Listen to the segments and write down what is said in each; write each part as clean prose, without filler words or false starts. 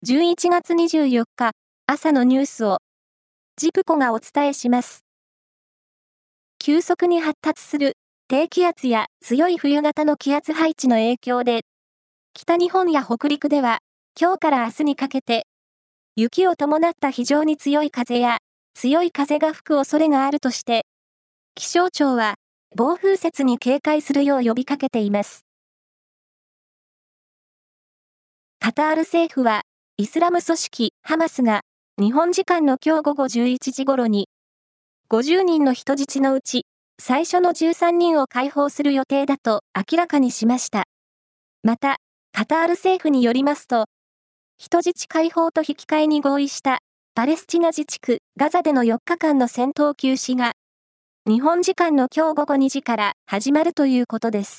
11月24日朝のニュースをジプコがお伝えします。急速に発達する低気圧や強い冬型の気圧配置の影響で、北日本や北陸では今日から明日にかけて雪を伴った非常に強い風や強い風が吹く恐れがあるとして、気象庁は暴風雪に警戒するよう呼びかけています。カタール政府はイスラム組織ハマスが日本時間の今日午後11時頃に50人の人質のうち最初の13人を解放する予定だと明らかにしました。また、カタール政府によりますと、人質解放と引き換えに合意したパレスチナ自治区ガザでの4日間の戦闘休止が日本時間の今日午後2時から始まるということです。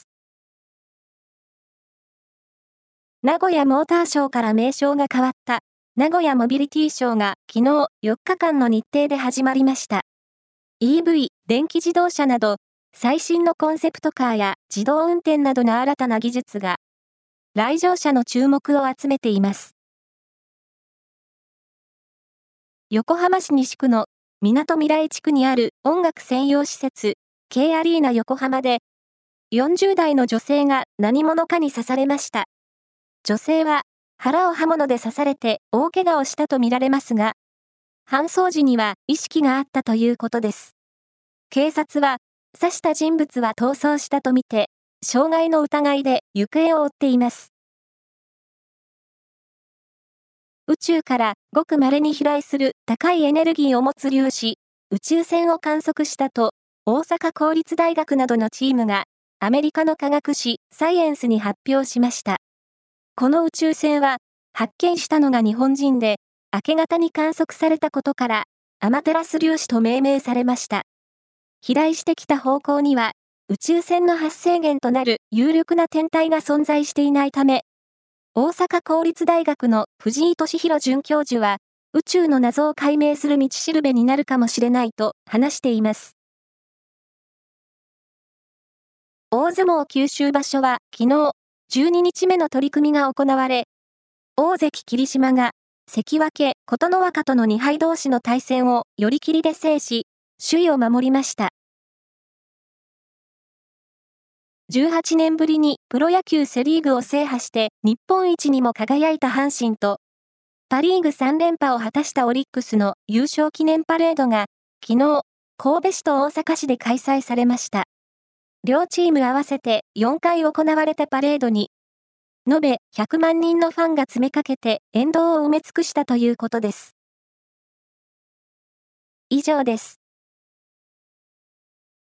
名古屋モーターショーから名称が変わった名古屋モビリティショーが昨日4日間の日程で始まりました。EV、電気自動車など最新のコンセプトカーや自動運転などの新たな技術が来場者の注目を集めています。横浜市西区のみなとみらい地区にある音楽専用施設 K アリーナ横浜で40代の女性が何者かに刺されました。女性は腹を刃物で刺されて大怪我をしたとみられますが、搬送時には意識があったということです。警察は刺した人物は逃走したとみて、傷害の疑いで行方を追っています。宇宙からごく稀に飛来する高いエネルギーを持つ粒子、宇宙線を観測したと、大阪公立大学などのチームがアメリカの科学誌サイエンスに発表しました。この宇宙船は発見したのが日本人で、明け方に観測されたことからアマテラス粒子と命名されました。飛来してきた方向には宇宙船の発生源となる有力な天体が存在していないため、大阪公立大学の藤井敏弘准教授は宇宙の謎を解明する道しるべになるかもしれないと話しています。大相撲九州場所は昨日12日目の取り組みが行われ、大関霧島が関脇琴ノ若との2敗同士の対戦を寄り切りで制し、首位を守りました。18年ぶりにプロ野球セリーグを制覇して日本一にも輝いた阪神と、パリーグ3連覇を果たしたオリックスの優勝記念パレードが昨日、神戸市と大阪市で開催されました。両チーム合わせて4回行われたパレードに、延べ100万人のファンが詰めかけて沿道を埋め尽くしたということです。以上です。